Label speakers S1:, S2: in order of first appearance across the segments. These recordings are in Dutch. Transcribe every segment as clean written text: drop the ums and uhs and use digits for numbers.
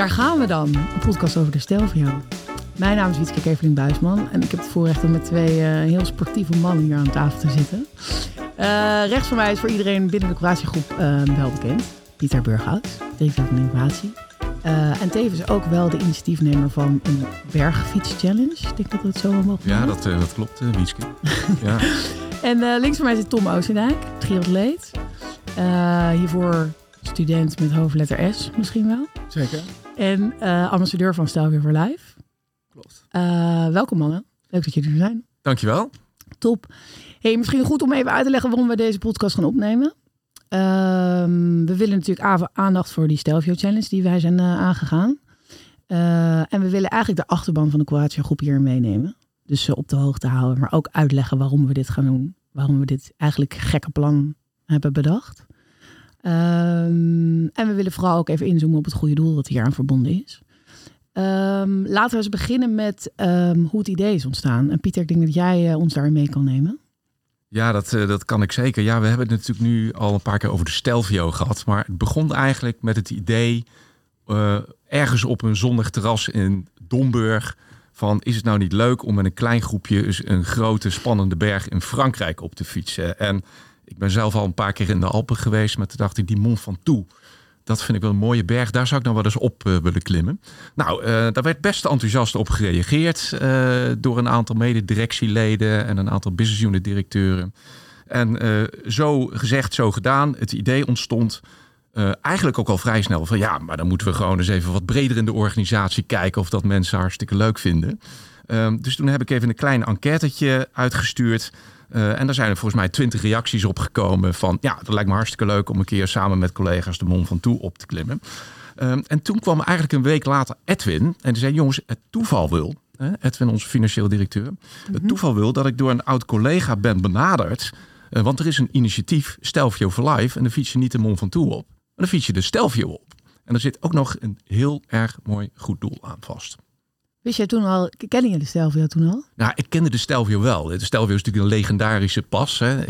S1: Daar gaan we dan. Een podcast over de Stelvio. Mijn naam is Wietske Keveling Buisman. En ik heb het voorrecht om met twee heel sportieve mannen hier aan tafel te zitten. Rechts van mij is voor iedereen binnen de Kroatiegroep wel bekend. Pieter Burghout, directeur van innovatie. En tevens ook wel de initiatiefnemer van een bergfiets-challenge. Ik denk dat we het zo wel mogen
S2: noemen. Ja, dat klopt, Wietske. Ja.
S1: En links van mij zit Tom Oostendijk, triatleet. Hiervoor student met hoofdletter S, misschien wel.
S3: Zeker.
S1: En ambassadeur van Stelvio for Life.
S3: Klopt.
S1: Welkom mannen. Leuk dat jullie er zijn.
S2: Dankjewel.
S1: Top. Hey, misschien goed om even uit te leggen waarom we deze podcast gaan opnemen. We willen natuurlijk aandacht voor die Stelvio Challenge die wij zijn aangegaan. En we willen eigenlijk de achterban van de Kroatia-groep hier meenemen. Dus op de hoogte houden, maar ook uitleggen waarom we dit gaan doen. Waarom we dit eigenlijk gekke plan hebben bedacht. En we willen vooral ook even inzoomen op het goede doel dat hier aan verbonden is. Laten we eens beginnen met hoe het idee is ontstaan. En Pieter, ik denk dat jij ons daarin mee kan nemen.
S2: Ja, dat kan ik zeker. Ja, we hebben het natuurlijk nu al een paar keer over de Stelvio gehad. Maar het begon eigenlijk met het idee ergens op een zonnig terras in Domburg van is het nou niet leuk om met een klein groepje eens een grote spannende berg in Frankrijk op te fietsen. En ik ben zelf al een paar keer in de Alpen geweest, maar toen dacht ik die Mont Ventoux, dat vind ik wel een mooie berg. Daar zou ik nou wel eens op willen klimmen. Nou, daar werd best enthousiast op gereageerd door een aantal mededirectieleden en een aantal business unit directeuren. En zo gezegd, zo gedaan. Het idee ontstond eigenlijk ook al vrij snel van ja, maar dan moeten we gewoon eens even wat breder in de organisatie kijken of dat mensen hartstikke leuk vinden. Dus toen heb ik even een klein enquêtetje uitgestuurd. En daar zijn er volgens mij 20 reacties op gekomen van ja, dat lijkt me hartstikke leuk om een keer samen met collega's de Mont Ventoux op te klimmen. En toen kwam eigenlijk een week later Edwin en die zei jongens, het toeval wil, Edwin onze financieel directeur, het toeval wil dat ik door een oud collega ben benaderd, want er is een initiatief Stelvio for Life en dan fiets je niet de Mont Ventoux op, maar dan fiets je de Stelvio op. En er zit ook nog een heel erg mooi goed doel aan vast.
S1: Wist jij toen al, ken je de Stelvio toen al?
S2: Nou, ik kende de Stelvio wel. De Stelvio is natuurlijk een legendarische pas. Hè.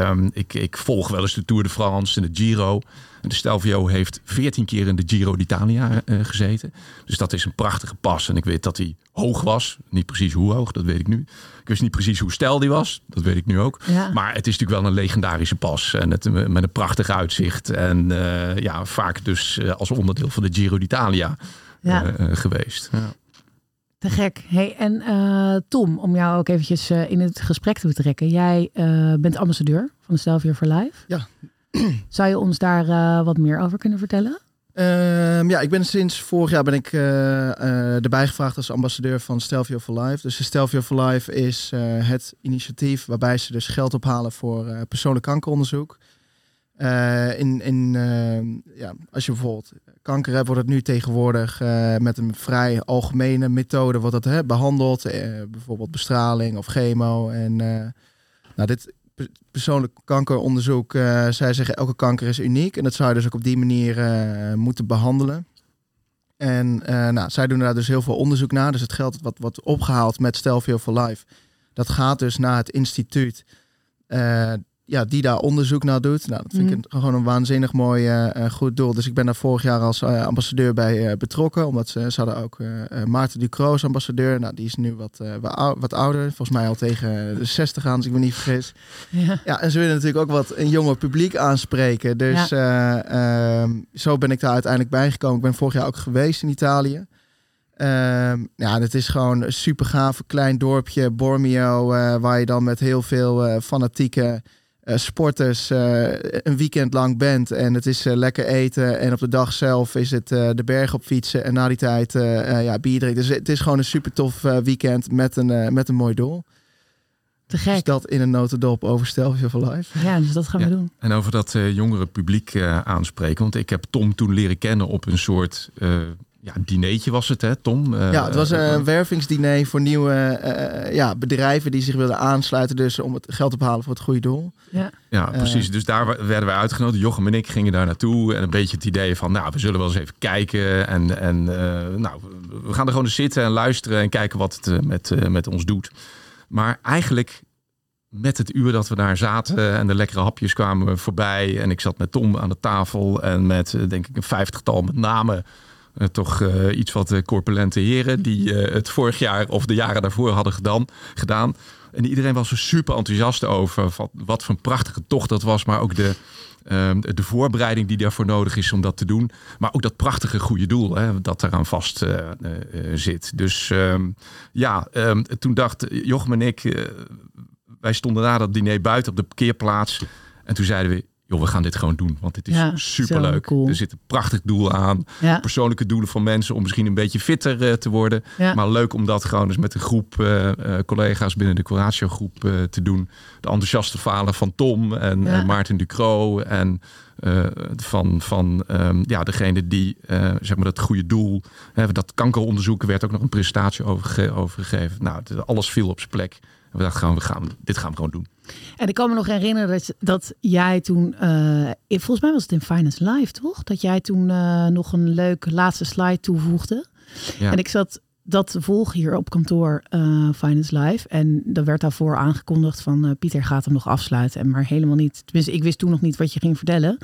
S2: Ik volg wel eens de Tour de France en de Giro. En de Stelvio heeft 14 keer in de Giro d'Italia gezeten. Dus dat is een prachtige pas. En ik weet dat hij hoog was. Niet precies hoe hoog, dat weet ik nu. Ik wist niet precies hoe steil die was. Dat weet ik nu ook. Ja. Maar het is natuurlijk wel een legendarische pas. En met een prachtig uitzicht. En vaak dus als onderdeel van de Giro d'Italia geweest. Ja.
S1: Te gek. Hey, en Tom, om jou ook eventjes in het gesprek te betrekken. Jij bent ambassadeur van de Stelvio for Life.
S3: Ja.
S1: Zou je ons daar wat meer over kunnen vertellen?
S3: Ik ben sinds vorig jaar erbij gevraagd als ambassadeur van Stelvio for Life. Dus de Stelvio for Life is het initiatief waarbij ze dus geld ophalen voor persoonlijk kankeronderzoek. Als je bijvoorbeeld kanker hebt, wordt het nu tegenwoordig met een vrij algemene methode wordt dat behandeld. Bijvoorbeeld bestraling of chemo. En dit persoonlijk kankeronderzoek, zij zeggen elke kanker is uniek. En dat zou je dus ook op die manier moeten behandelen. En zij doen daar dus heel veel onderzoek naar. Dus het geld wat wordt opgehaald met Stelvio for Life, dat gaat dus naar het instituut die daar onderzoek naar doet. Nou, dat vind ik gewoon een waanzinnig mooi goed doel. Dus ik ben daar vorig jaar als ambassadeur bij betrokken. Omdat ze hadden ook Maarten Ducrot als ambassadeur. Nou, die is nu wat ouder. Volgens mij al tegen de 60 aan, als ik me niet vergis. Ja, en ze willen natuurlijk ook wat een jonger publiek aanspreken. Dus zo ben ik daar uiteindelijk bij gekomen. Ik ben vorig jaar ook geweest in Italië. Het is gewoon een super gaaf klein dorpje, Bormio, waar je dan met heel veel fanatieke sporters een weekend lang bent. En het is lekker eten. En op de dag zelf is het de berg op fietsen. En na die tijd bier drinken. Dus het is gewoon een super tof weekend met een mooi doel.
S1: Te gek.
S3: Dus dat in een notendop over Stelvio for Life.
S1: Ja, dus dat gaan we doen.
S2: En over dat jongere publiek aanspreken. Want ik heb Tom toen leren kennen op een soort dineetje was het, hè, Tom?
S3: Het was een wervingsdiner voor nieuwe bedrijven die zich wilden aansluiten. Dus om het geld op te halen voor het goede doel.
S2: Ja, precies. Dus daar werden wij uitgenodigd. Jochem en ik gingen daar naartoe. En een beetje het idee van, we zullen wel eens even kijken. En we gaan er gewoon eens zitten en luisteren en kijken wat het met ons doet. Maar eigenlijk met het uur dat we daar zaten en de lekkere hapjes kwamen voorbij. En ik zat met Tom aan de tafel en met, denk ik, een 50-tal met name toch iets wat corpulente heren die het vorig jaar of de jaren daarvoor hadden gedaan. En iedereen was er super enthousiast over. Wat voor een prachtige tocht dat was. Maar ook de voorbereiding die daarvoor nodig is om dat te doen. Maar ook dat prachtige goede doel dat eraan vast zit. Dus toen dacht Jochem en ik... wij stonden na dat diner buiten op de parkeerplaats. En toen zeiden we... joh, we gaan dit gewoon doen, want dit is superleuk.
S1: Cool.
S2: Er zit een prachtig doel aan. Ja. Persoonlijke doelen van mensen om misschien een beetje fitter te worden. Ja. Maar leuk om dat gewoon eens met een groep collega's binnen de Coratio groep te doen. De enthousiaste verhalen van Tom en Maarten Ducro en degene die zeg maar dat goede doel, dat kankeronderzoek, werd ook nog een presentatie over gegeven. Nou, alles viel op zijn plek. En we dachten gewoon, dit gaan we gewoon doen.
S1: En ik kan me nog herinneren dat jij toen, volgens mij was het in Finance Live, toch? Dat jij toen nog een leuke laatste slide toevoegde. Ja. En ik zat dat te volgen hier op kantoor Finance Live. En er werd daarvoor aangekondigd van Pieter gaat hem nog afsluiten. Maar helemaal niet. Tenminste, ik wist toen nog niet wat je ging vertellen.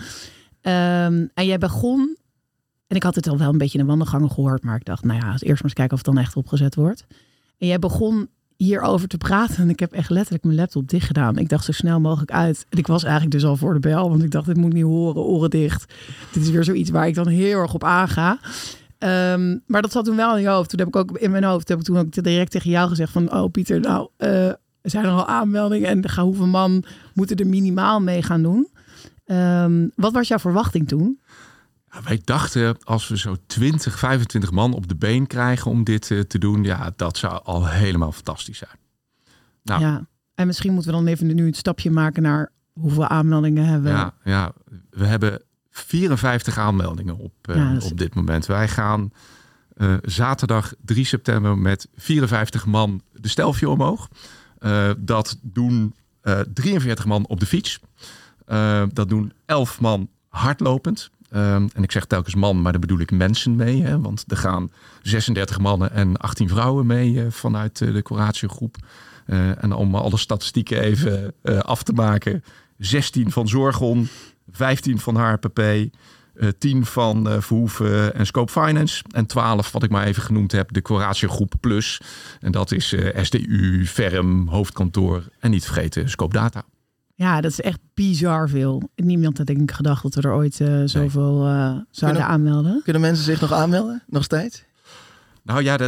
S1: En jij begon, en ik had het al wel een beetje in de wandelgangen gehoord. Maar ik dacht, nou ja, eerst maar eens kijken of het dan echt opgezet wordt. En jij begon hierover te praten. En ik heb echt letterlijk mijn laptop dicht gedaan. Ik dacht zo snel mogelijk uit. En ik was eigenlijk dus al voor de bel. Want ik dacht, dit moet niet horen, oren dicht. Dit is weer zoiets waar ik dan heel erg op aanga. Maar dat zat toen wel in je hoofd. Toen heb ik ook in mijn hoofd, heb ik toen ook direct tegen jou gezegd van, oh Pieter, nou, er zijn er al aanmeldingen. En hoeveel man moeten er minimaal mee gaan doen? Wat was jouw verwachting toen?
S2: Ja, wij dachten, als we zo 20, 25 man op de been krijgen om dit te doen, ja, dat zou al helemaal fantastisch zijn. Nou,
S1: ja, en misschien moeten we dan even nu een stapje maken naar hoeveel aanmeldingen hebben we.
S2: Ja, we hebben 54 aanmeldingen op dit moment. Wij gaan zaterdag 3 september met 54 man de Stelvio omhoog. Dat doen 43 man op de fiets. Dat doen 11 man hardlopend. En ik zeg telkens man, maar daar bedoel ik mensen mee. Hè? Want er gaan 36 mannen en 18 vrouwen mee vanuit de Coratio groep. En om alle statistieken even af te maken. 16 van Zorgon, 15 van HRPP, 10 van Verhoeven en Scope Finance. En 12, wat ik maar even genoemd heb, de Coratio groep Plus. En dat is SDU, Ferm, hoofdkantoor en niet vergeten Scope Data.
S1: Ja, dat is echt bizar veel. Niemand had denk ik gedacht dat we er ooit zoveel zouden aanmelden.
S3: Kunnen mensen zich nog aanmelden? Nog steeds?
S2: Nou ja,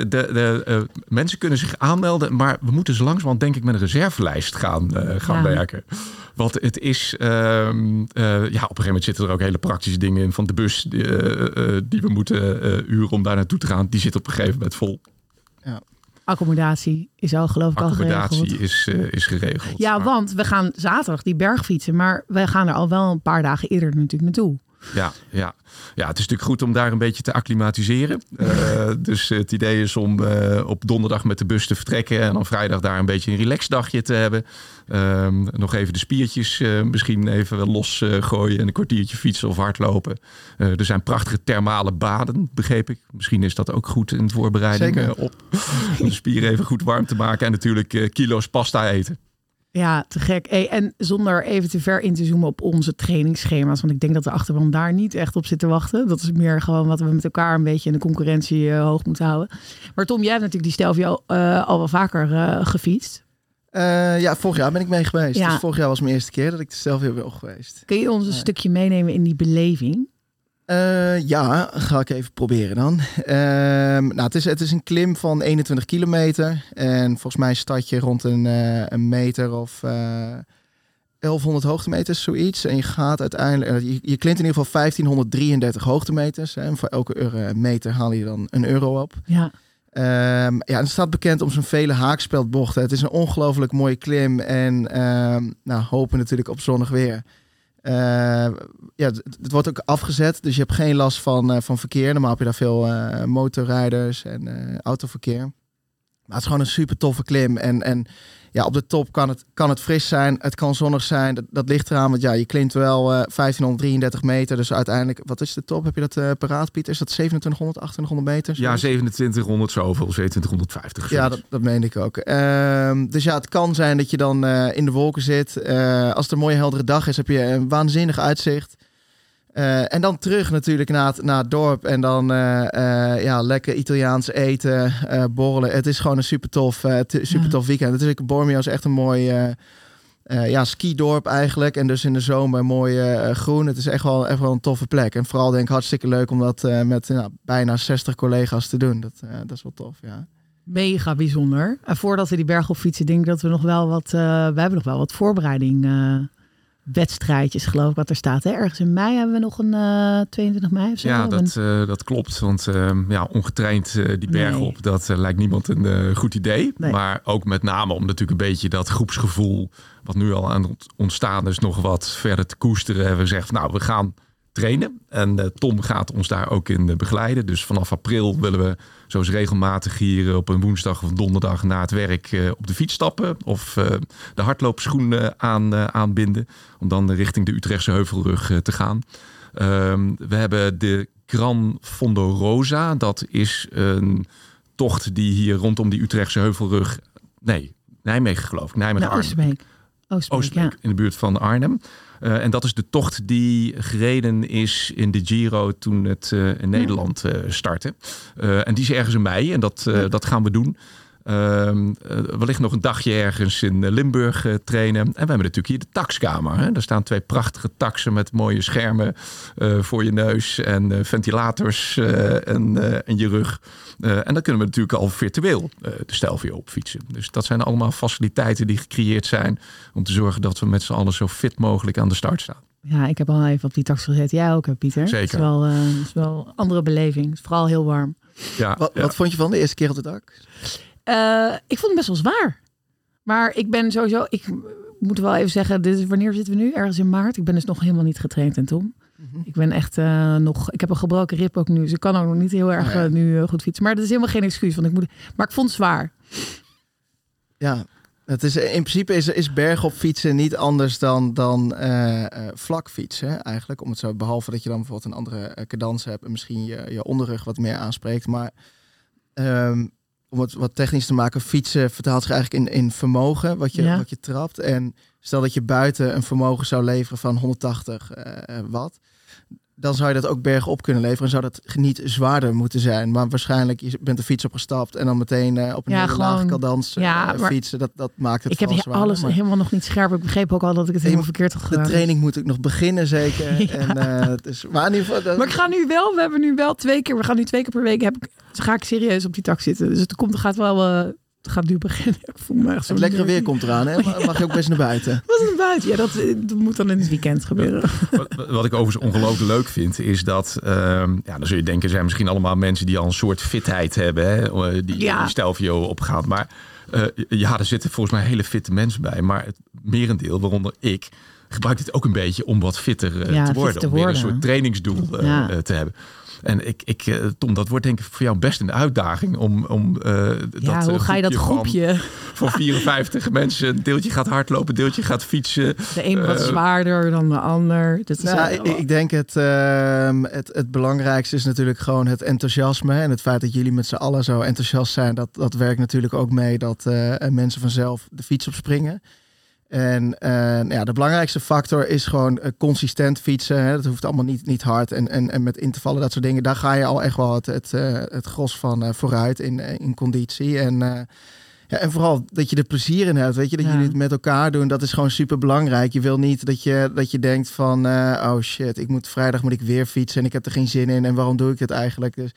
S2: mensen kunnen zich aanmelden, maar we moeten zo langzamerhand denk ik met een reservelijst gaan werken. Want het is, op een gegeven moment zitten er ook hele praktische dingen in. Van de bus die we moeten huren om daar naartoe te gaan, die zit op een gegeven moment vol.
S1: Ja. Accommodatie is al geloof ik al geregeld.
S2: Accommodatie is geregeld.
S1: Ja, maar want we gaan zaterdag die berg fietsen, maar wij gaan er al wel een paar dagen eerder natuurlijk naartoe.
S2: Ja, het is natuurlijk goed om daar een beetje te acclimatiseren. Dus het idee is om op donderdag met de bus te vertrekken en dan vrijdag daar een beetje een relaxdagje te hebben. Nog even de spiertjes misschien even los gooien en een kwartiertje fietsen of hardlopen. Er zijn prachtige thermale baden, begreep ik. Misschien is dat ook goed in de voorbereiding op. Om de spieren even goed warm te maken en natuurlijk kilo's pasta eten.
S1: Ja, te gek. En zonder even te ver in te zoomen op onze trainingsschema's. Want ik denk dat de achterban daar niet echt op zit te wachten. Dat is meer gewoon wat we met elkaar een beetje in de concurrentie hoog moeten houden. Maar Tom, jij hebt natuurlijk die Stelvio al wel vaker gefietst.
S3: Vorig jaar ben ik mee geweest. Ja. Dus vorig jaar was mijn eerste keer dat ik de Stelvio ben geweest.
S1: Kun je ons een stukje meenemen in die beleving?
S3: Ga ik even proberen dan. Het is een klim van 21 kilometer. En volgens mij start je rond een meter of 1100 hoogtemeters, zoiets. En je gaat uiteindelijk, je klimt in ieder geval 1533 hoogtemeters. En voor elke meter haal je dan €1 op.
S1: Ja.
S3: Het staat bekend om zijn vele haakspeldbochten. Het is een ongelooflijk mooie klim. En hopen natuurlijk op zonnig weer. Het wordt ook afgezet, dus je hebt geen last van verkeer. Normaal heb je daar veel motorrijders en autoverkeer. Maar het is gewoon een super toffe klim. En op de top kan het fris zijn, het kan zonnig zijn. Dat ligt eraan, want je klimt wel 1533 meter. Dus uiteindelijk, wat is de top? Heb je dat paraat, Pieter? Is dat 2700, 2800 meter?
S2: Ja, 2700 zoveel, 2750.
S3: Ja, dat meen ik ook. Dus het kan zijn dat je dan in de wolken zit. Als het een mooie heldere dag is, heb je een waanzinnig uitzicht. En dan terug natuurlijk naar het dorp. En dan lekker Italiaans eten, borrelen. Het is gewoon een super tof weekend. Het is Bormio is echt een mooi skidorp eigenlijk. En dus in de zomer mooi groen. Het is echt wel een toffe plek. En vooral denk ik hartstikke leuk om dat met bijna 60 collega's te doen. Dat is wel tof, ja.
S1: Mega bijzonder. En voordat we die berg op fietsen, denk ik dat we nog wel wat... we hebben nog wel wat voorbereiding... wedstrijdjes, geloof ik, wat er staat. Hè? Ergens in mei hebben we nog een 22 mei of zo.
S2: Ja, dat klopt. Want ongetraind die berg op, dat lijkt niemand een goed idee.
S1: Nee.
S2: Maar ook met name om natuurlijk een beetje dat groepsgevoel, wat nu al aan het ontstaan is, nog wat verder te koesteren. Hebben we gezegd, we gaan trainen. En Tom gaat ons daar ook in begeleiden. Dus vanaf april willen we zoals regelmatig hier op een woensdag of donderdag na het werk op de fiets stappen. Of de hardloopschoenen aanbinden. Om dan richting de Utrechtse Heuvelrug te gaan. We hebben de Gran Fondo Rosa. Dat is een tocht die hier rondom die Utrechtse Heuvelrug... Nee, Nijmegen geloof ik. Nijmegen-Arnhem. Oostbeek, in de buurt van Arnhem. En dat is de tocht die gereden is in de Giro toen het in Nederland startte. En die is ergens in mei en dat gaan we doen. Wellicht nog een dagje ergens in Limburg trainen. En we hebben natuurlijk hier de taxkamer. Hè? Daar staan 2 prachtige taxen met mooie schermen voor je neus en ventilators en je rug. En dan kunnen we natuurlijk al virtueel de Stelvio op fietsen. Dus dat zijn allemaal faciliteiten die gecreëerd zijn om te zorgen dat we met z'n allen zo fit mogelijk aan de start staan.
S1: Ja, ik heb al even op die tax gezeten. Jij ook, Pieter?
S2: Zeker.
S1: Het is wel een andere beleving. Het is vooral heel warm.
S2: Ja,
S3: wat vond je van de eerste keer op de dak?
S1: Ik vond het best wel zwaar. Maar ik ben sowieso... Ik moet wel even zeggen, wanneer zitten we nu? Ergens in maart. Ik ben dus nog helemaal niet getraind en Tom. Ik ben echt nog... Ik heb een gebroken rib ook nu. Dus ik kan ook nog niet heel erg nu goed fietsen. Maar dat is helemaal geen excuus. Want maar ik vond het zwaar.
S3: Ja, het is, in principe is bergop fietsen niet anders dan vlak fietsen. Eigenlijk, om het zo, behalve dat je dan bijvoorbeeld een andere cadans hebt en misschien je onderrug wat meer aanspreekt. Maar om het wat technisch te maken, fietsen vertaalt zich eigenlijk in vermogen wat je trapt. En stel dat je buiten een vermogen zou leveren van 180 watt. Dan zou je dat ook bergop kunnen leveren. En zou dat niet zwaarder moeten zijn. Maar waarschijnlijk, je bent de fiets opgestapt en dan meteen op een hele lage cadans fietsen. Dat maakt het
S1: ik heb
S3: zwaarder,
S1: alles helemaal nog niet scherp. Ik begreep ook al dat ik het helemaal verkeerd had gedaan.
S3: De training moet ik nog beginnen, zeker. Ja. En, maar in ieder geval,
S1: maar ik ga nu wel, we gaan nu 2 keer per week, ga ik serieus op die tak zitten. Dus het gaat nu beginnen. Ik voel me echt zo.
S3: Het lekkere weer komt eraan, hè? Mag je ook best naar buiten?
S1: Wat naar buiten? Ja, dat moet dan in het weekend gebeuren.
S2: Wat ik overigens ongelooflijk leuk vind, is dat... dan zul je denken, er zijn misschien allemaal mensen die al een soort fitheid hebben, hè? Die Stelvio opgaan. Maar er zitten volgens mij hele fitte mensen bij. Maar het merendeel, waaronder ik, gebruik dit ook een beetje om wat fitter te worden. Om weer een soort trainingsdoel te hebben. En Tom, dat wordt denk ik voor jou best een uitdaging om
S1: hoe ga je dat groepje
S2: van 54 mensen, een deeltje gaat hardlopen, een deeltje gaat fietsen.
S1: De een wat zwaarder dan de ander.
S3: Ik denk het belangrijkste is natuurlijk gewoon het enthousiasme. En het feit dat jullie met z'n allen zo enthousiast zijn, dat werkt natuurlijk ook mee dat mensen vanzelf de fiets opspringen. En de belangrijkste factor is gewoon consistent fietsen. Hè. Dat hoeft allemaal niet hard en met intervallen, dat soort dingen. Daar ga je al echt wel het gros van vooruit in conditie. En vooral dat je er plezier in hebt. Weet je, dat jullie het met elkaar doen, dat is gewoon super belangrijk. Je wil niet dat je denkt van, oh shit, vrijdag moet ik weer fietsen en ik heb er geen zin in. En waarom doe ik dit eigenlijk? Dus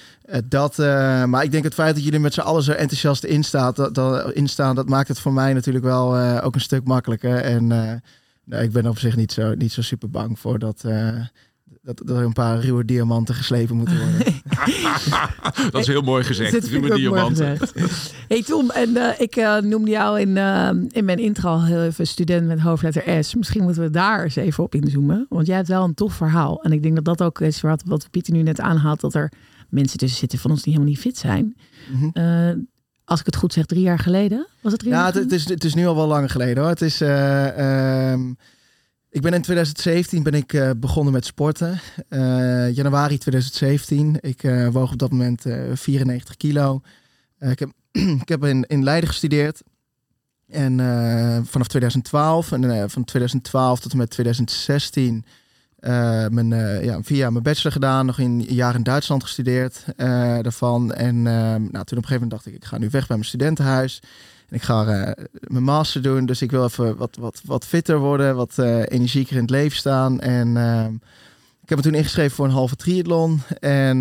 S3: maar ik denk het feit dat jullie met z'n allen zo enthousiast instaan, dat maakt het voor mij natuurlijk wel ook een stuk makkelijker. En ik ben er op zich niet zo super bang voor dat er een paar ruwe diamanten geslepen moeten worden.
S2: Dat is heel mooi gezegd. Ruwe diamanten.
S1: Hey Tom, en ik noemde jou in mijn intro al heel even student met hoofdletter S. Misschien moeten we daar eens even op inzoomen. Want jij hebt wel een tof verhaal. En ik denk dat ook is wat Pieter nu net aanhaalt, dat er mensen tussen zitten van ons die helemaal niet fit zijn. Mm-hmm. Als ik het goed zeg, 3 jaar geleden? Was het 3 jaar geleden?
S3: Het is nu al wel langer geleden hoor. Het is... Ik ben in 2017 begonnen met sporten. Januari 2017. Ik woog op dat moment 94 kilo. Ik heb in Leiden gestudeerd. En vanaf 2012. En van 2012 tot en met 2016 mijn bachelor gedaan. Nog een jaar in Duitsland gestudeerd daarvan. En toen op een gegeven moment dacht ik ga nu weg bij mijn studentenhuis. En ik ga mijn master doen. Dus ik wil even wat fitter worden. Wat energieker in het leven staan. En ik heb me toen ingeschreven voor een halve triathlon. En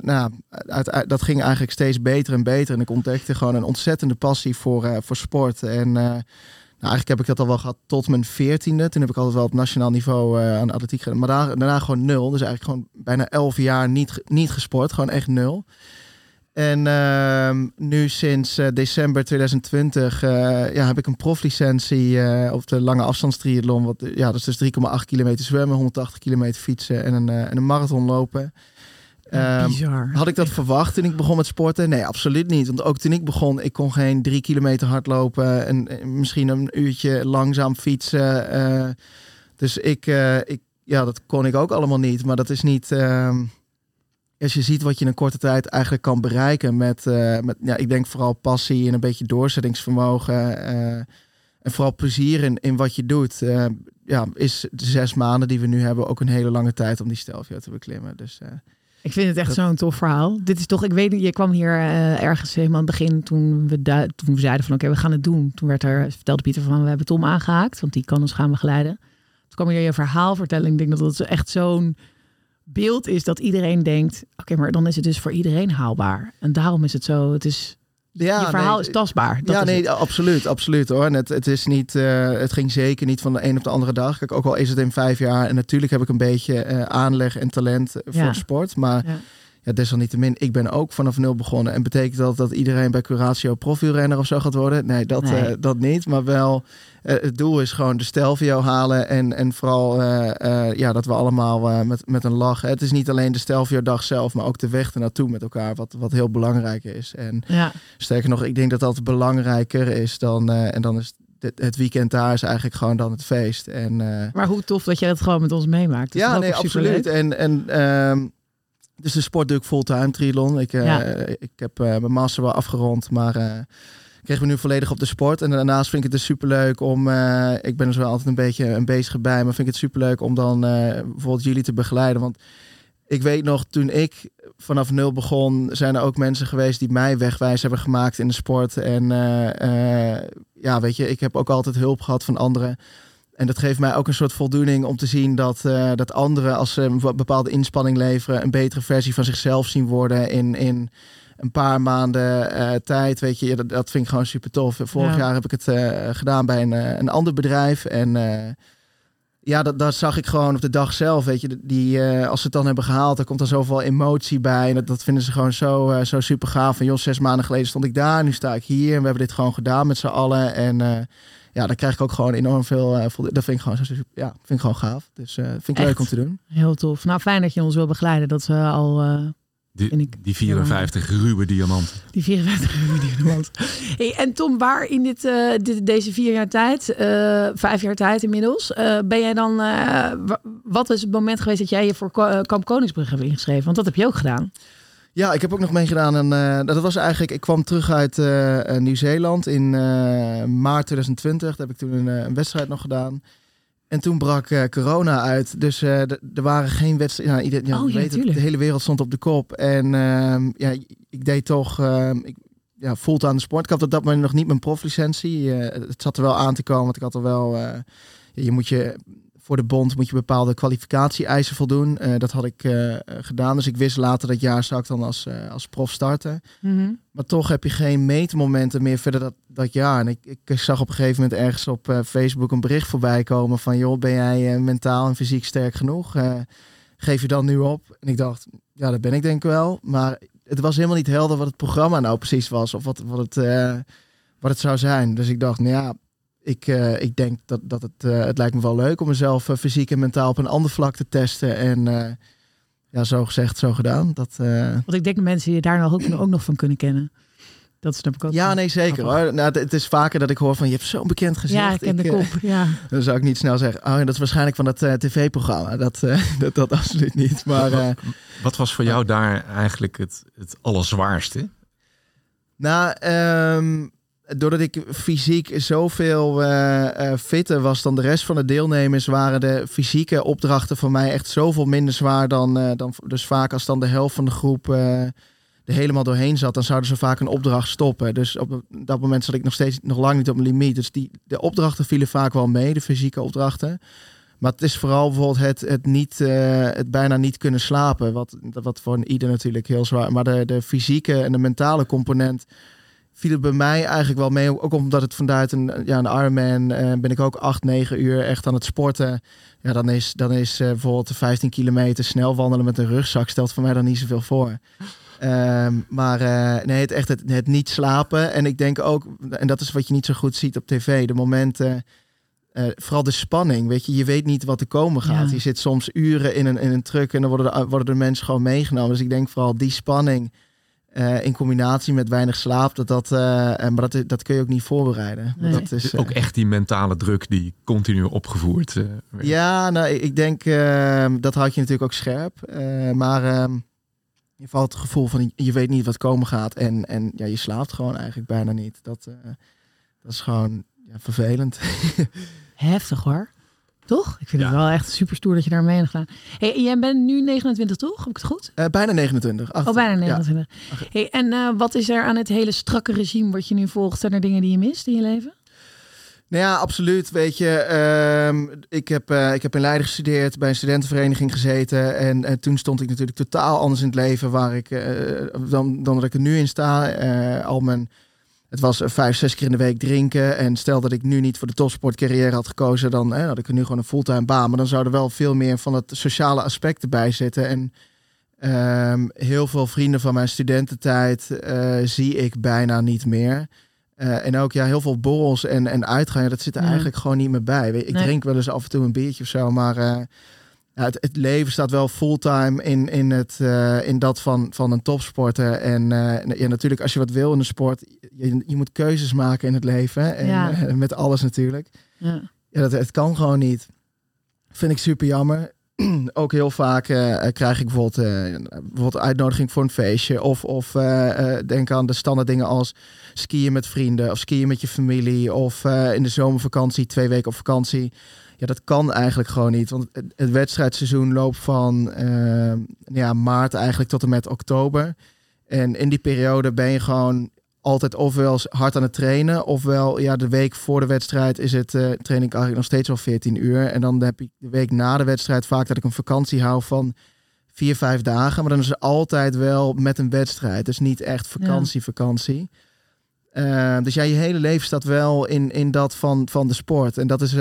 S3: dat ging eigenlijk steeds beter en beter. En ik ontdekte gewoon een ontzettende passie voor sport. En eigenlijk heb ik dat al wel gehad tot mijn 14e. Toen heb ik altijd wel op nationaal niveau aan de atletiek gedaan. Maar daarna gewoon 0. Dus eigenlijk gewoon bijna 11 jaar niet gesport. Gewoon echt 0. En nu sinds december 2020 heb ik een proflicentie op de lange afstandstriathlon. Dat is dus 3,8 kilometer zwemmen, 180 kilometer fietsen en een marathon lopen.
S1: Bizar.
S3: Had ik dat verwacht toen ik begon met sporten? Nee, absoluut niet. Want ook toen ik begon, ik kon geen 3 kilometer hardlopen en misschien een uurtje langzaam fietsen. Dus dat kon ik ook allemaal niet. Maar dat is niet... Als je ziet wat je in een korte tijd eigenlijk kan bereiken met ik denk vooral passie en een beetje doorzettingsvermogen en vooral plezier in wat je doet, is de 6 maanden die we nu hebben ook een hele lange tijd om die Stelvio te beklimmen. Dus
S1: ik vind het echt zo'n tof verhaal. Dit is toch, ik weet niet, je kwam hier ergens helemaal aan het begin toen we zeiden van oké, we gaan het doen. Toen vertelde Pieter van we hebben Tom aangehaakt, want die kan ons gaan begeleiden. Toen kwam je verhaal vertellen. Ik denk dat het echt zo'n beeld is dat iedereen denkt, oké, maar dan is het dus voor iedereen haalbaar. En daarom is het zo, je verhaal is tastbaar.
S3: Absoluut hoor. En het is niet, het ging zeker niet van de een op de andere dag. Kijk, ook al is het in 5 jaar en natuurlijk heb ik een beetje aanleg en talent voor sport, maar desalniettemin, ik ben ook vanaf 0 begonnen. En betekent dat iedereen bij Curatio profielrenner of zo gaat worden? Nee, dat niet. Maar wel, het doel is gewoon de Stelvio halen. En vooral dat we allemaal met een lach. Het is niet alleen de Stelvio-dag zelf, maar ook de weg ernaartoe met elkaar. Wat heel belangrijk is. En sterker nog, ik denk dat belangrijker is dan... en dan is het weekend daar is eigenlijk gewoon dan het feest.
S1: Maar hoe tof dat je dat gewoon met ons meemaakt. Dat is
S3: absoluut. En dus de sport doe ik fulltime triathlon. Ik heb mijn master wel afgerond, maar ik kreeg me nu volledig op de sport. En daarnaast vind ik het dus superleuk om... ik ben dus wel altijd een beetje een bezige bij, maar vind ik het superleuk om dan bijvoorbeeld jullie te begeleiden. Want ik weet nog, toen ik vanaf 0 begon, zijn er ook mensen geweest die mij wegwijs hebben gemaakt in de sport. En weet je, ik heb ook altijd hulp gehad van anderen. En dat geeft mij ook een soort voldoening om te zien dat anderen, als ze een bepaalde inspanning leveren, een betere versie van zichzelf zien worden in een paar maanden tijd. Weet je, dat vind ik gewoon super tof. Vorig jaar heb ik het gedaan bij een ander bedrijf. En dat zag ik gewoon op de dag zelf. Weet je, als ze het dan hebben gehaald, er komt dan zoveel emotie bij. En dat vinden ze gewoon zo super gaaf. Van 6 maanden geleden stond ik daar, nu sta ik hier. En we hebben dit gewoon gedaan met z'n allen. En daar krijg ik ook gewoon enorm veel. Dat vind ik gewoon vind ik gewoon gaaf. Dus vind ik leuk om te doen.
S1: Heel tof. Nou, fijn dat je ons wil begeleiden. Dat we al.
S2: Die 54 ruwe diamanten. Die
S1: 54 ruwe diamanten. Hey, en Tom, waar in deze 4 jaar tijd, 5 jaar tijd inmiddels, ben jij dan? Wat is het moment geweest dat jij je voor Kamp Koningsbrugge hebt ingeschreven? Want dat heb je ook gedaan.
S3: Ja, ik heb ook nog meegedaan. En dat was eigenlijk, ik kwam terug uit Nieuw-Zeeland in maart 2020. Daar heb ik toen een wedstrijd nog gedaan. En toen brak corona uit. Dus er waren geen wedstrijden. De hele wereld stond op de kop. En ik deed toch fulltime aan de sport. Ik had op dat moment nog niet mijn proflicentie. Het zat er wel aan te komen. Want ik had er wel... voor de bond moet je bepaalde kwalificatie-eisen voldoen. Dat had ik gedaan. Dus ik wist later dat jaar zou ik dan als prof starten. Mm-hmm. Maar toch heb je geen meetmomenten meer verder dat jaar. En ik zag op een gegeven moment ergens op Facebook een bericht voorbij komen van... joh, ben jij mentaal en fysiek sterk genoeg? Geef je dan nu op? En ik dacht, ja, dat ben ik denk ik wel. Maar het was helemaal niet helder wat het programma nou precies was. Of wat het zou zijn. Dus ik dacht, nou ja... Ik denk dat het lijkt me wel leuk om mezelf fysiek en mentaal op een ander vlak te testen. En zo gezegd, zo gedaan.
S1: Want ik denk dat mensen je daar ook nog van kunnen kennen. Dat snap ik ook.
S3: Ja, nee, zeker hoor. Nou, het is vaker dat ik hoor van je hebt zo'n bekend gezicht.
S1: Ja, ik ken de kop. Ja.
S3: Dan zou ik niet snel zeggen, dat is waarschijnlijk van dat tv-programma. Dat absoluut niet. Maar,
S2: wat was voor jou daar eigenlijk het allerzwaarste?
S3: Nou, doordat ik fysiek zoveel fitter was dan de rest van de deelnemers, waren de fysieke opdrachten voor mij echt zoveel minder zwaar dan dus vaak als dan de helft van de groep er helemaal doorheen zat, dan zouden ze vaak een opdracht stoppen. Dus op dat moment zat ik nog lang niet op mijn limiet. Dus de opdrachten vielen vaak wel mee, de fysieke opdrachten. Maar het is vooral bijvoorbeeld het bijna niet kunnen slapen. Wat voor ieder natuurlijk heel zwaar. Maar de fysieke en de mentale component viel het bij mij eigenlijk wel mee. Ook omdat het vanuit een Ironman ben ik ook 8-9 uur echt aan het sporten. Ja, dan is bijvoorbeeld 15 kilometer snel wandelen met een rugzak stelt voor mij dan niet zoveel voor. Het niet slapen. En ik denk ook, en dat is wat je niet zo goed ziet op tv, de momenten, vooral de spanning, weet je weet niet wat er komen gaat.
S1: Ja.
S3: Je zit soms uren in een truck en dan worden de mensen gewoon meegenomen. Dus ik denk vooral die spanning in combinatie met weinig slaap, dat kun je ook niet voorbereiden.
S1: Nee.
S3: Dat is
S2: ook echt die mentale druk die continu opgevoerd werd.
S3: Ja, nou, ik denk dat houdt je natuurlijk ook scherp. Maar je valt het gevoel van je weet niet wat komen gaat en je slaapt gewoon eigenlijk bijna niet. Dat is gewoon vervelend.
S1: Heftig hoor. Toch? Ik vind het wel echt super stoer dat je daar mee hebt gedaan. Hey, jij bent nu 29, toch? Heb ik het goed?
S3: Bijna 29.
S1: Bijna 29.
S3: Ja.
S1: Hey, en wat is er aan het hele strakke regime wat je nu volgt? Zijn er dingen die je mist in je leven?
S3: Nou ja, absoluut. Weet je, ik heb in Leiden gestudeerd, bij een studentenvereniging gezeten. En toen stond ik natuurlijk totaal anders in het leven waar ik dan dat ik er nu in sta. Het was 5-6 keer in de week drinken. En stel dat ik nu niet voor de topsportcarrière had gekozen, dan had ik er nu gewoon een fulltime baan. Maar dan zou er wel veel meer van het sociale aspect erbij zitten. En heel veel vrienden van mijn studententijd zie ik bijna niet meer. En ook heel veel borrels en uitgaan, dat zit er eigenlijk gewoon niet meer bij. Ik drink wel eens af en toe een biertje of zo, maar het leven staat wel fulltime in dat van een topsporter. En natuurlijk als je wat wil in de sport, je moet keuzes maken in het leven. En met alles natuurlijk. Ja, het kan gewoon niet. Vind ik super jammer. Ook heel vaak krijg ik bijvoorbeeld uitnodiging voor een feestje. Of denk aan de standaard dingen als skiën met vrienden of skiën met je familie. Of in de zomervakantie 2 weken op vakantie. Ja, dat kan eigenlijk gewoon niet. Want het wedstrijdseizoen loopt van maart eigenlijk tot en met oktober. En in die periode ben je gewoon altijd ofwel hard aan het trainen, ofwel de week voor de wedstrijd train ik eigenlijk nog steeds al 14 uur. En dan heb ik de week na de wedstrijd vaak dat ik een vakantie hou van 4-5 dagen. Maar dan is het altijd wel met een wedstrijd. Dus niet echt vakantie. Dus je hele leven staat wel in dat van de sport. En dat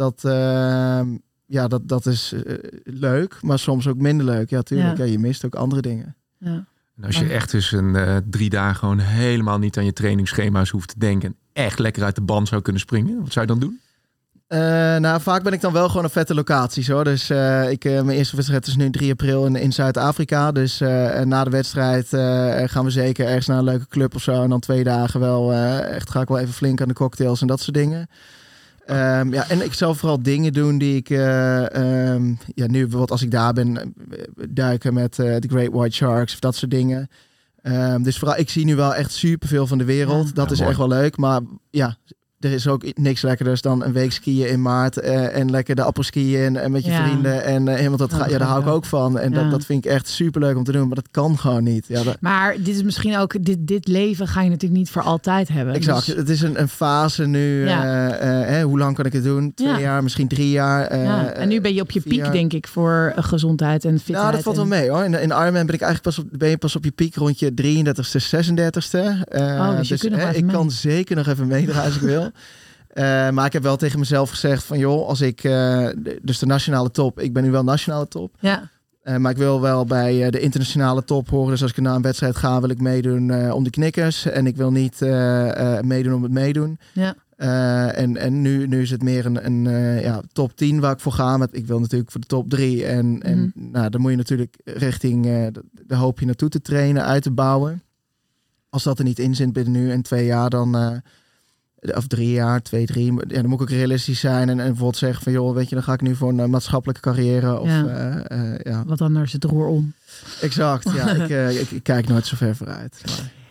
S3: is leuk, maar soms ook minder leuk. Ja, tuurlijk. Ja, je mist ook andere dingen.
S1: Ja.
S2: En als je echt dus 3 dagen gewoon helemaal niet aan je trainingsschema's hoeft te denken en echt lekker uit de band zou kunnen springen, wat zou je dan doen?
S3: Vaak ben ik dan wel gewoon op vette locaties hoor. Dus mijn eerste wedstrijd is nu 3 april in Zuid-Afrika. Dus na de wedstrijd gaan we zeker ergens naar een leuke club of zo. En dan 2 dagen ga ik wel even flink aan de cocktails en dat soort dingen. En ik zal vooral dingen doen die ik nu bijvoorbeeld als ik daar ben, duiken met de Great White Sharks of dat soort dingen. Dus vooral, ik zie nu wel echt superveel van de wereld. Dat is
S2: mooi.
S3: echt wel leuk. Maar ja, er is ook niks lekkerder dan een week skiën in maart en lekker de apres-skiën en met je vrienden en helemaal daar hou ik ook van. En dat vind ik echt superleuk om te doen, maar dat kan gewoon niet. Ja,
S1: maar dit is misschien ook, dit leven ga je natuurlijk niet voor altijd hebben.
S3: Exact, dus het is een fase nu. Hoe lang kan ik het doen? 2 jaar, misschien 3 jaar.
S1: En nu ben je op je piek, denk ik, voor gezondheid en fitheid.
S3: Ja, dat valt wel mee hoor. In Ironman ben ik eigenlijk pas op je piek rond je 33ste, 36ste.
S1: Dus
S3: ik kan zeker nog even meedraaien als ik wil. Maar ik heb wel tegen mezelf gezegd van joh, als ik dus de nationale top, ik ben nu wel nationale top.
S1: Ja.
S3: Maar ik wil wel bij de internationale top horen. Dus als ik naar een wedstrijd ga, wil ik meedoen om de knikkers. En ik wil niet meedoen om het meedoen. Ja. En nu is het meer een top 10 waar ik voor ga. Ik wil natuurlijk voor de top 3. En dan moet je natuurlijk richting de hoop je naartoe te trainen, uit te bouwen. Als dat er niet in zit binnen nu en 2 jaar, dan of 3 jaar, 2, 3. Ja, dan moet ik ook realistisch zijn en bijvoorbeeld zeggen van joh, weet je, dan ga ik nu voor een maatschappelijke carrière. Of,
S1: Wat anders, het roer om.
S3: Exact, ja. Ik kijk nooit zo ver vooruit. Maar.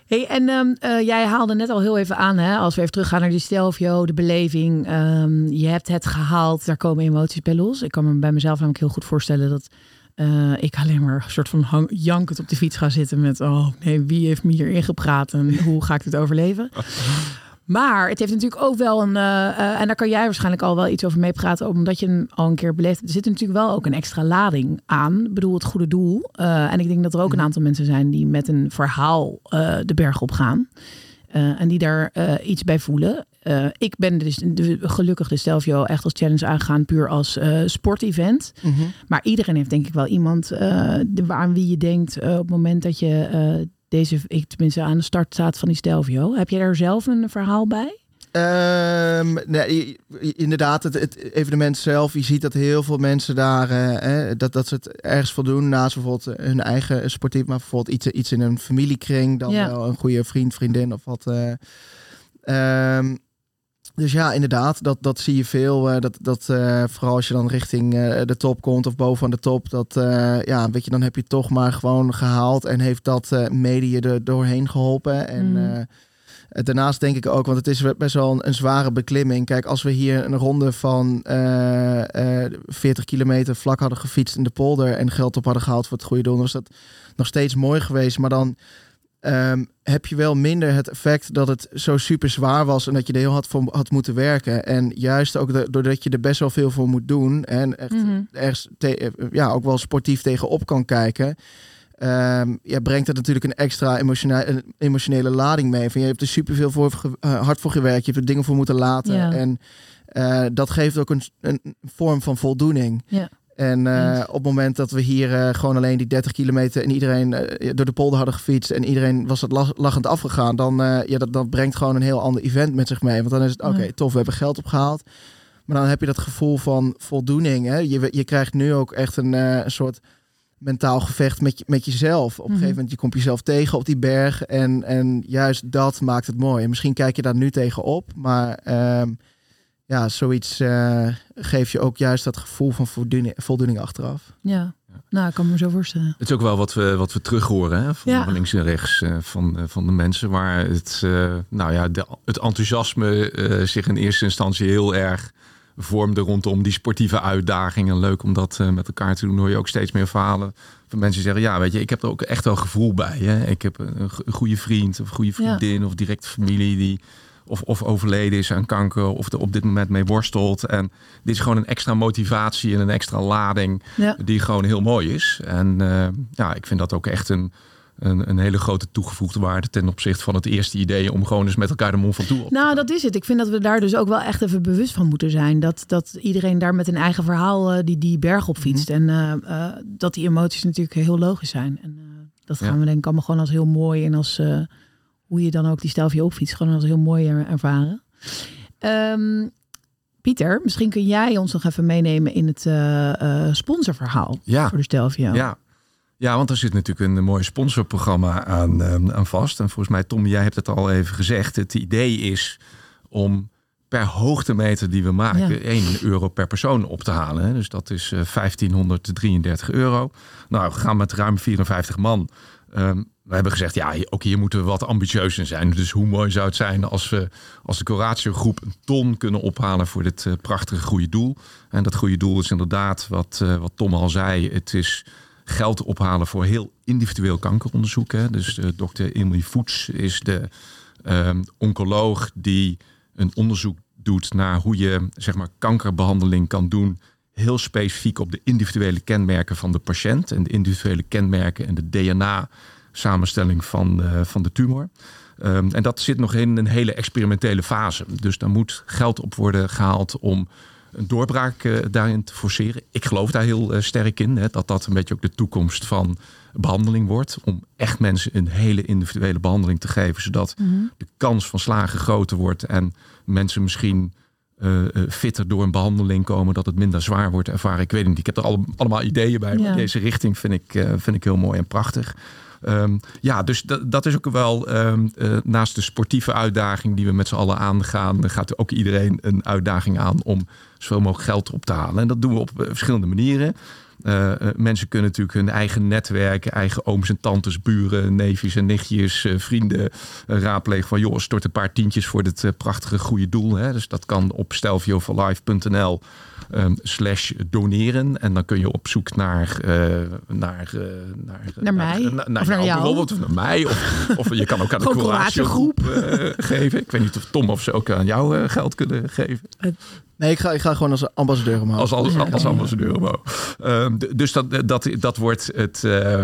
S1: Hey, en jij haalde net al heel even aan, hè, als we even teruggaan naar die Stelvio, de beleving. Je hebt het gehaald, daar komen emoties bij los. Ik kan me bij mezelf namelijk heel goed voorstellen dat ik alleen maar een soort van jankend op de fiets ga zitten met... oh nee, wie heeft me hierin gepraat en hoe ga ik dit overleven? Maar het heeft natuurlijk ook wel een... en daar kan jij waarschijnlijk al wel iets over meepraten, omdat je hem al een keer beleefd hebt. Er zit natuurlijk wel ook een extra lading aan. Ik bedoel, het goede doel. En ik denk dat er ook een aantal mensen zijn die met een verhaal de berg op gaan. En die daar iets bij voelen. Ik ben dus gelukkig de Stelvio echt als challenge aangegaan, puur als sportevent. Mm-hmm. Maar iedereen heeft denk ik wel iemand aan wie je denkt op het moment dat je... ik tenminste aan de start staat van die Stelvio. Heb je daar zelf een verhaal bij?
S3: Nee, inderdaad, het evenement zelf. Je ziet dat heel veel mensen daar... dat ze het ergens voldoen naast bijvoorbeeld hun eigen sportief, maar bijvoorbeeld iets in een familiekring. Dan wel een goede vriend, vriendin of wat. Dus ja, inderdaad, dat zie je veel. Vooral als je dan richting de top komt of bovenaan de top. Weet je, dan heb je het toch maar gewoon gehaald. En heeft dat mede je er doorheen geholpen. En daarnaast denk ik ook, want het is best wel een zware beklimming. Kijk, als we hier een ronde van 40 kilometer vlak hadden gefietst in de polder en geld op hadden gehaald voor het goede doel, dan was dat nog steeds mooi geweest. Maar dan heb je wel minder het effect dat het zo super zwaar was en dat je er heel hard voor had moeten werken. En juist ook doordat je er best wel veel voor moet doen en echt ergens ook wel sportief tegenop kan kijken, brengt het natuurlijk een extra emotionele lading mee. Van, je hebt er superveel hard voor gewerkt, je hebt er dingen voor moeten laten. Ja. En dat geeft ook een vorm van voldoening. Ja. En op het moment dat we hier gewoon alleen die 30 kilometer en iedereen door de polder hadden gefietst en iedereen was het lachend afgegaan, dan dat brengt gewoon een heel ander event met zich mee. Want dan is het oké, tof, we hebben geld opgehaald. Maar dan heb je dat gevoel van voldoening. Hè? Je krijgt nu ook echt een soort mentaal gevecht met jezelf. Op een gegeven moment, je komt jezelf tegen op die berg en juist dat maakt het mooi. En misschien kijk je daar nu tegen op, maar zoiets geeft je ook juist dat gevoel van voldoening achteraf. Ja,
S1: nou, ik kan me zo voorstellen.
S2: Het is ook wel wat we terug horen, hè, van links en rechts van de mensen, waar het enthousiasme zich in eerste instantie heel erg vormde rondom die sportieve uitdagingen. Leuk om dat met elkaar te doen. Hoor je ook steeds meer verhalen van mensen die zeggen, ja, weet je, ik heb er ook echt wel gevoel bij. Hè? Ik heb een goede vriend of goede vriendin of directe familie die of overleden is aan kanker of er op dit moment mee worstelt. En dit is gewoon een extra motivatie en een extra lading die gewoon heel mooi is. En ik vind dat ook echt een hele grote toegevoegde waarde ten opzichte van het eerste idee om gewoon eens met elkaar de Mont Ventoux op te gaan.
S1: Dat is het. Ik vind dat we daar dus ook wel echt even bewust van moeten zijn. Dat iedereen daar met een eigen verhaal die berg op fietst. En dat die emoties natuurlijk heel logisch zijn. En dat gaan we denk ik allemaal gewoon als heel mooi en als hoe je dan ook die Stelvio opfietst gewoon als heel mooi ervaren. Pieter, misschien kun jij ons nog even meenemen in het sponsorverhaal voor de Stelvio.
S2: Ja, want er zit natuurlijk een mooi sponsorprogramma aan vast. En volgens mij, Tom, jij hebt het al even gezegd. Het idee is om per hoogtemeter die we maken €1 per persoon op te halen. Hè. Dus dat is €1533. Nou, we gaan met ruim 54 man. We hebben gezegd, ook hier moeten we wat ambitieuzer zijn. Dus hoe mooi zou het zijn als we als de Coratio groep 1 ton kunnen ophalen voor dit prachtige goede doel. En dat goede doel is inderdaad wat Tom al zei. Het is geld ophalen voor heel individueel kankeronderzoek. Hè. Dus dokter Emily Voets is de oncoloog die een onderzoek doet naar hoe je kankerbehandeling kan doen. Heel specifiek op de individuele kenmerken van de patiënt en de individuele kenmerken en de DNA-samenstelling van de tumor. En dat zit nog in een hele experimentele fase. Dus daar moet geld op worden gehaald om een doorbraak daarin te forceren. Ik geloof daar heel sterk in, hè, dat een beetje ook de toekomst van behandeling wordt. Om echt mensen een hele individuele behandeling te geven, zodat de kans van slagen groter wordt en mensen misschien fitter door een behandeling komen, dat het minder zwaar wordt ervaren. Ik weet niet, ik heb er allemaal ideeën bij. Maar deze richting vind ik heel mooi en prachtig. Dus dat is ook wel naast de sportieve uitdaging die we met z'n allen aangaan, gaat ook iedereen een uitdaging aan om zoveel mogelijk geld op te halen. En dat doen we op verschillende manieren. Mensen kunnen natuurlijk hun eigen netwerken, eigen ooms en tantes, buren, neefjes en nichtjes, vrienden raadplegen van joh, stort een paar tientjes voor dit prachtige goede doel. Hè? Dus dat kan op stelvioforlife.nl /doneren. En dan kun je op zoek naar
S1: mij. Of naar jou.
S2: Bijvoorbeeld, of naar mij. Of je kan ook aan de Coratio-groep geven. Ik weet niet of Tom of ze ook aan jou geld kunnen geven.
S3: Nee, ik ga gewoon als ambassadeur omhoog.
S2: Als ambassadeur omhoog. Dus dat wordt het,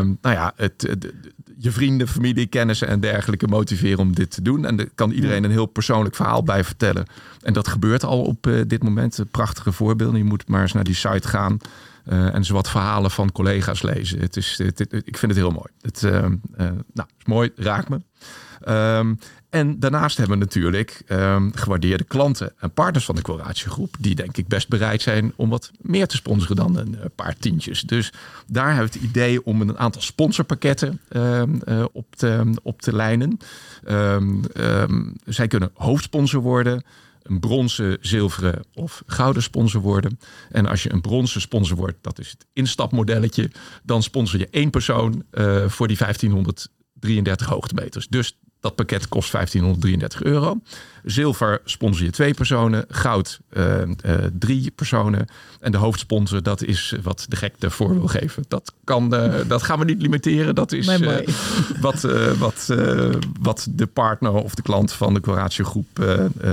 S2: je vrienden, familie, kennissen en dergelijke motiveren om dit te doen. En daar kan iedereen een heel persoonlijk verhaal bij vertellen. En dat gebeurt al op dit moment. Prachtige voorbeelden. Je moet maar eens naar die site gaan en zo wat verhalen van collega's lezen. Ik vind het heel mooi. Het is mooi, raakt me. En daarnaast hebben we natuurlijk gewaardeerde klanten en partners van de Coratio-groep, die denk ik best bereid zijn om wat meer te sponsoren dan een paar tientjes. Dus daar hebben we het idee om een aantal sponsorpakketten op te lijnen. Zij kunnen hoofdsponsor worden, een bronzen, zilveren of gouden sponsor worden. En als je een bronzen sponsor wordt, dat is het instapmodelletje, dan sponsor je 1 persoon voor die 1533 hoogtemeters. Dus dat pakket kost €1533. Zilver sponsor je 2 personen. Goud 3 personen. En de hoofdsponsor, dat is wat de gek ervoor wil geven. Dat gaan we niet limiteren. Dat is wat de partner of de klant van de Coratio-groep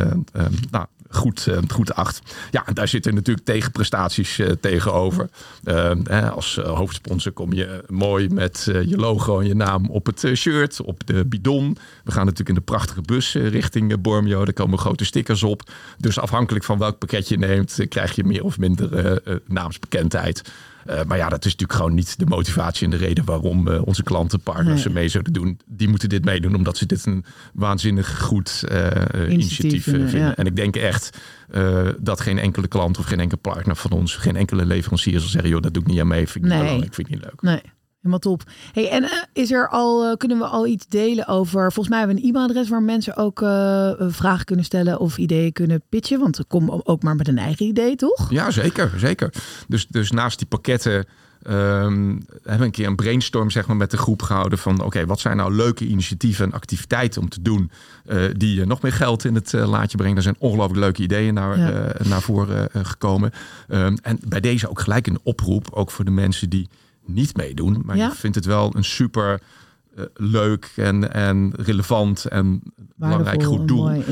S2: goed acht. Ja, en daar zitten natuurlijk tegenprestaties tegenover. Als hoofdsponsor kom je mooi met je logo en je naam op het shirt, op de bidon. We gaan natuurlijk in de prachtige bus richting Bormio. Daar komen grote stickers op. Dus afhankelijk van welk pakket je neemt, krijg je meer of minder naamsbekendheid. Maar ja, dat is natuurlijk gewoon niet de motivatie en de reden waarom onze klanten, partners mee zouden doen. Die moeten dit meedoen omdat ze dit een waanzinnig goed initiatief vinden. Ja. En ik denk echt dat geen enkele klant of geen enkele partner van ons, geen enkele leverancier zal zeggen, joh, dat doe ik niet aan mee. Vind ik niet belangrijk, vind ik niet leuk.
S1: Nee. Helemaal top. Hey, en kunnen we al iets delen over... Volgens mij hebben we een e-mailadres waar mensen ook vragen kunnen stellen of ideeën kunnen pitchen. Want kom ook maar met een eigen idee, toch?
S2: Ja, zeker. Dus naast die pakketten hebben we een keer een brainstorm met de groep gehouden van oké, wat zijn nou leuke initiatieven en activiteiten om te doen die nog meer geld in het laadje brengen. Er zijn ongelooflijk leuke ideeën naar voren gekomen. En bij deze ook gelijk een oproep, ook voor de mensen die niet meedoen. Maar ik vind het wel een super leuk en relevant en belangrijk goed doel. Mooi,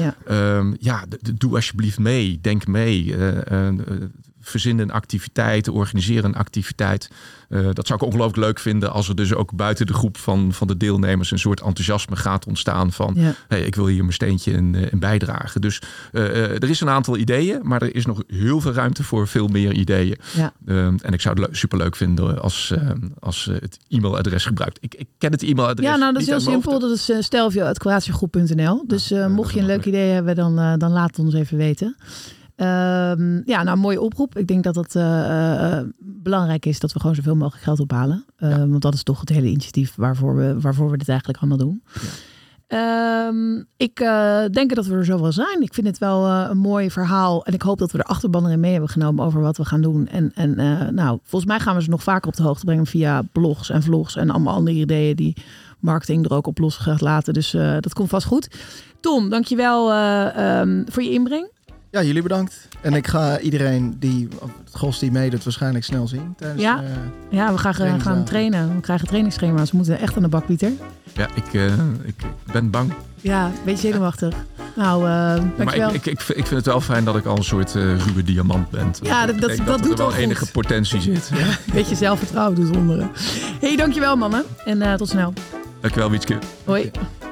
S2: doe alsjeblieft mee. Denk mee. Verzin een activiteit, organiseer een activiteit. Dat zou ik ongelooflijk leuk vinden als er dus ook buiten de groep van de deelnemers een soort enthousiasme gaat ontstaan van hey, ik wil hier mijn steentje in bijdragen. Dus er is een aantal ideeën, maar er is nog heel veel ruimte voor veel meer ideeën. Ja. En ik zou het superleuk vinden als het e-mailadres gebruikt. Ik ken het e-mailadres.
S1: Ja, nou dat is heel simpel. Dat is stelvio@coratiogroep.nl. Dus mocht je een leuk idee hebben, dan laat het ons even weten. Mooie oproep. Ik denk dat het belangrijk is dat we gewoon zoveel mogelijk geld ophalen. Want dat is toch het hele initiatief waarvoor we dit eigenlijk allemaal doen. Ja. Ik denk dat we er zo wel zijn. Ik vind het wel een mooi verhaal. En ik hoop dat we de achterban erin mee hebben genomen over wat we gaan doen. En volgens mij gaan we ze nog vaker op de hoogte brengen via blogs en vlogs en allemaal andere ideeën die marketing er ook op los gaat laten. Dus dat komt vast goed. Tom, dankjewel voor je inbreng.
S3: Ja, jullie bedankt. En ik ga iedereen het Gos die meedoet waarschijnlijk snel zien.
S1: We gaan trainen. We krijgen trainingsschema's. We moeten echt aan de bak, Pieter.
S2: Ja, ik ben bang.
S1: Ja, een beetje zenuwachtig. Nou, dankjewel.
S2: Maar ik vind het wel fijn dat ik al een soort ruwe diamant ben.
S1: Ja, dat doet
S2: er wel enige potentie zit.
S1: Ja, een beetje zelfvertrouwen doet wonderen. Hey, dankjewel mannen. En tot snel.
S2: Dankjewel, Wietske.
S1: Hoi.